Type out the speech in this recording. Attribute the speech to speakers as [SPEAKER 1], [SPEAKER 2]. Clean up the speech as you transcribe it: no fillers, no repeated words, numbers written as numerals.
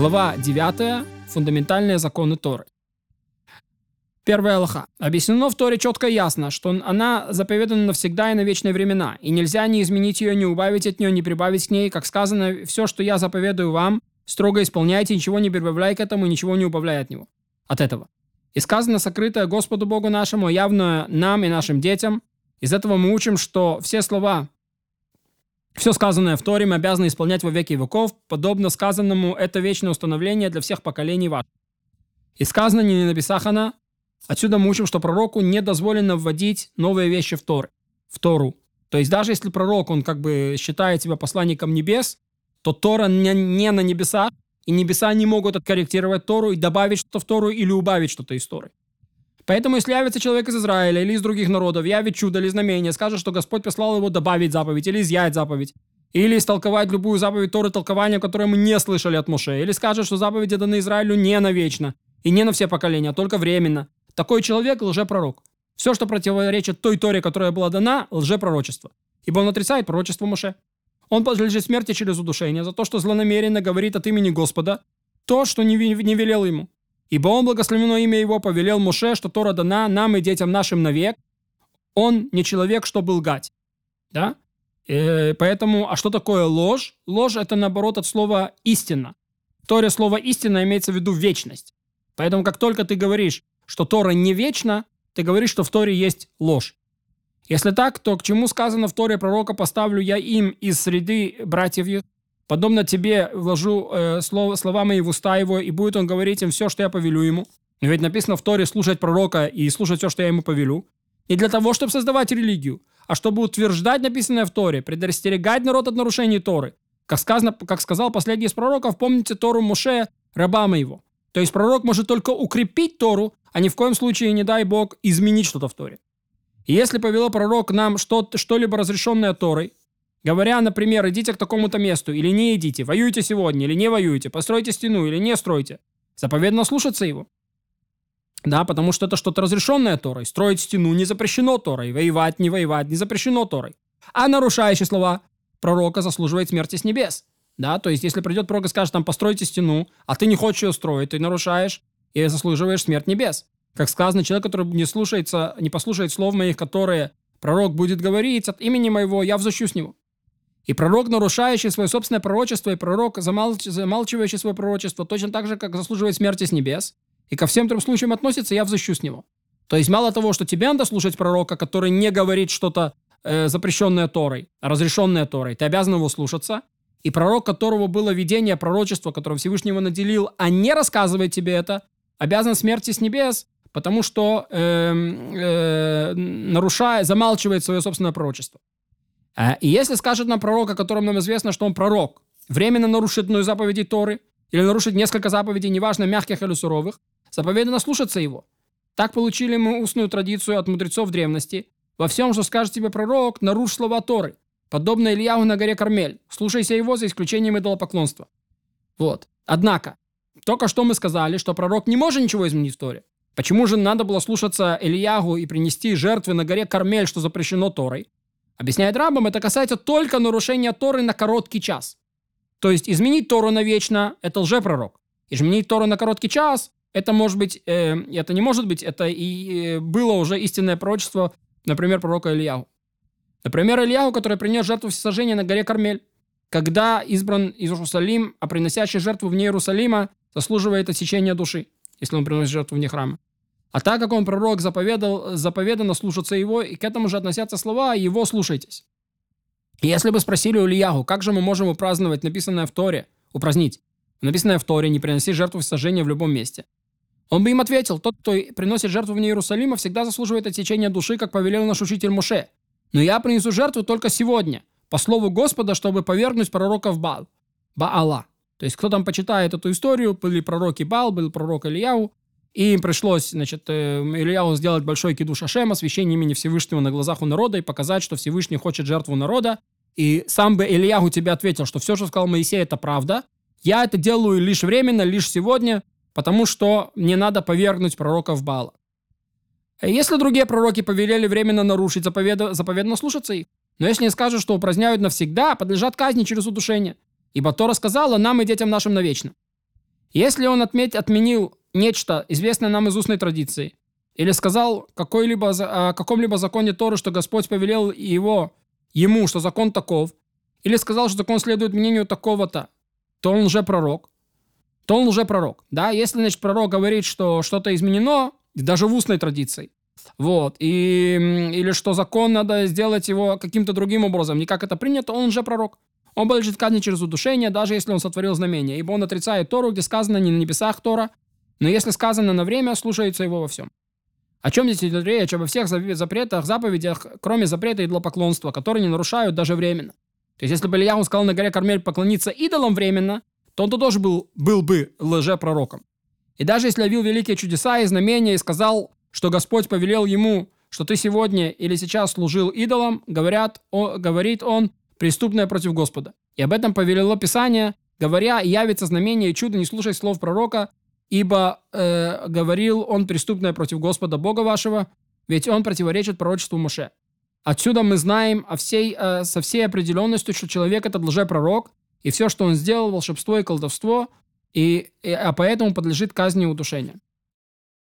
[SPEAKER 1] Глава 9. Фундаментальные законы Торы. Первая алаха. Объяснено в Торе четко и ясно, что она заповедана навсегда и на вечные времена, и нельзя ни изменить ее, ни убавить от нее, ни прибавить к ней. Как сказано, все, что я заповедую вам, строго исполняйте, ничего не прибавляй к этому, ничего не убавляй от этого. И сказано сокрытое Господу Богу нашему, явное нам и нашим детям. Из этого мы учим, что все сказанное в Торе мы обязаны исполнять во веки веков, подобно сказанному, это вечное установление для всех поколений ваших. И сказано не на небесах она. Отсюда мы учим, что пророку не дозволено вводить новые вещи в Тору. То есть даже если пророк, он как бы считает себя посланником небес, то Тора не на небесах, и небеса не могут откорректировать Тору и добавить что-то в Тору или убавить что-то из Торы. Поэтому, если явится человек из Израиля или из других народов, явит чудо или знамение, скажет, что Господь послал его добавить заповедь или изъять заповедь, или истолковать любую заповедь Торы толкованием, которое мы не слышали от Моше, или скажет, что заповеди даны Израилю не навечно и не на все поколения, а только временно. Такой человек – лжепророк. Все, что противоречит той Торе, которая была дана – лжепророчество. Ибо он отрицает пророчество Моше. Он подлежит смерти через удушение за то, что злонамеренно говорит от имени Господа то, что не велел ему. Ибо он, благословено имя его, повелел Моше, что Тора дана нам и детям нашим навек. Он не человек, чтобы лгать. Да? Поэтому, а что такое ложь? Ложь – это, наоборот, от слова «истина». В Торе слово «истина» имеется в виду вечность. Поэтому, как только ты говоришь, что Тора не вечна, ты говоришь, что в Торе есть ложь. Если так, то к чему сказано в Торе пророка «поставлю я им из среды братьев их»? Подобно тебе вложу слова мои в уста его, и будет он говорить им все, что я повелю ему. Но ведь написано в Торе слушать пророка и слушать все, что я ему повелю. Не для того, чтобы создавать религию, а чтобы утверждать написанное в Торе, предостерегать народ от нарушений Торы. Как сказал последний из пророков, помните Тору Моше, раба моего. То есть пророк может только укрепить Тору, а ни в коем случае, не дай Бог, изменить что-то в Торе. И если повело пророк нам что-либо разрешенное Торой, говоря, например, идите к такому-то месту, или не идите, воюйте сегодня, или не воюйте, постройте стену, или не стройте, заповедно слушаться его. Да, потому что это что-то разрешенное Торой. Строить стену не запрещено Торой, воевать не запрещено Торой. А нарушающий слова пророка заслуживает смерти с небес. Да, то есть если придет пророк и скажет, там, постройте стену, а ты не хочешь ее строить, ты нарушаешь и заслуживаешь смерть небес. Как сказано, человек, который не послушает слов моих, которые пророк будет говорить от имени моего, я взыщу с него. И пророк, нарушающий свое собственное пророчество, и пророк, замалчивающий свое пророчество, точно так же, как заслуживает смерти с небес, и ко всем трем случаям относится, я взыщу с него. То есть мало того, что тебе надо слушать пророка, который не говорит что-то запрещенное Торой, а разрешенное Торой, ты обязан его слушаться. И пророк, которого было видение пророчества, которое Всевышний его наделил, а не рассказывает тебе это, обязан смерти с небес, потому что замалчивает свое собственное пророчество. И если скажет нам пророк, о котором нам известно, что он пророк, временно нарушит одну из заповедей Торы, или нарушит несколько заповедей, неважно, мягких или суровых, заповедано слушаться его. Так получили мы устную традицию от мудрецов древности. Во всем, что скажет тебе пророк, нарушь слова Торы. Подобно Ильяху на горе Кармель. Слушайся его за исключением идолопоклонства. Вот. Однако, только что мы сказали, что пророк не может ничего изменить в Торе. Почему же надо было слушаться Ильяху и принести жертвы на горе Кармель, что запрещено Торой? Объясняет Рамбам, это касается только нарушения Торы на короткий час. То есть изменить Тору навечно – это лжепророк. Изменить Тору на короткий час – это может быть, это не может быть, это и было уже истинное пророчество, например, пророка Ильяху. Например, Ильяху, который принес жертву всесожжения на горе Кармель. Когда избран Иерусалим, а приносящий жертву вне Иерусалима заслуживает отсечения души, если он приносит жертву вне храма. А так как он пророк заповедано слушаться его, и к этому же относятся слова «его слушайтесь». И если бы спросили у Ильяху, как же мы можем упраздновать написанное в Торе, написанное в Торе, не приноси жертву всесожжения в любом месте, он бы им ответил: тот, кто приносит жертву вне Иерусалима, всегда заслуживает отсечения души, как повелел наш учитель Моше. Но я принесу жертву только сегодня, по слову Господа, чтобы повергнуть пророков Баала. То есть кто там почитает эту историю, были пророки Баал, был пророк Ильяху, и им пришлось, Ильяху сделать большой кидуш Ашем, освящение имени Всевышнего на глазах у народа, и показать, что Всевышний хочет жертву народа. И сам бы Ильяху тебе ответил, что все, что сказал Моисей, это правда. Я это делаю лишь временно, лишь сегодня, потому что мне надо повергнуть пророков Баала. Если другие пророки повелели временно нарушить, заповедно слушаться их. Но если не скажут, что упраздняют навсегда, подлежат казни через удушение. Ибо Тора сказала нам и детям нашим навечно. Если он отменил нечто, известное нам из устной традиции, или сказал о каком-либо законе Торы, что Господь повелел ему, что закон таков, или сказал, что закон следует мнению такого-то, то он лжепророк. Да? Если, значит, пророк говорит, что что-то изменено, даже в устной традиции, или что закон надо сделать его каким-то другим образом, не как это принято, он лжепророк. Он будет казнен через удушение, даже если он сотворил знамение, ибо он отрицает Тору, где сказано не на небесах Тора, но если сказано на время, слушается его во всем. О чем здесь идет речь? Обо всех запретах, заповедях, кроме запрета идолопоклонства, которые не нарушают даже временно. То есть, если бы Ильяху сказал на горе Кармель поклониться идолам временно, то он тоже был бы лжепророком. И даже если явил великие чудеса и знамения и сказал, что Господь повелел ему, что ты сегодня или сейчас служил идолам, говорит он, преступное против Господа. И об этом повелело Писание, говоря, явится знамение и чудо, не слушай слов пророка, ибо говорил он преступное против Господа Бога вашего, ведь он противоречит пророчеству Моше. Отсюда мы знаем со всей определенностью, что человек это лжепророк, и все, что он сделал, волшебство и колдовство, а поэтому подлежит казни и удушению.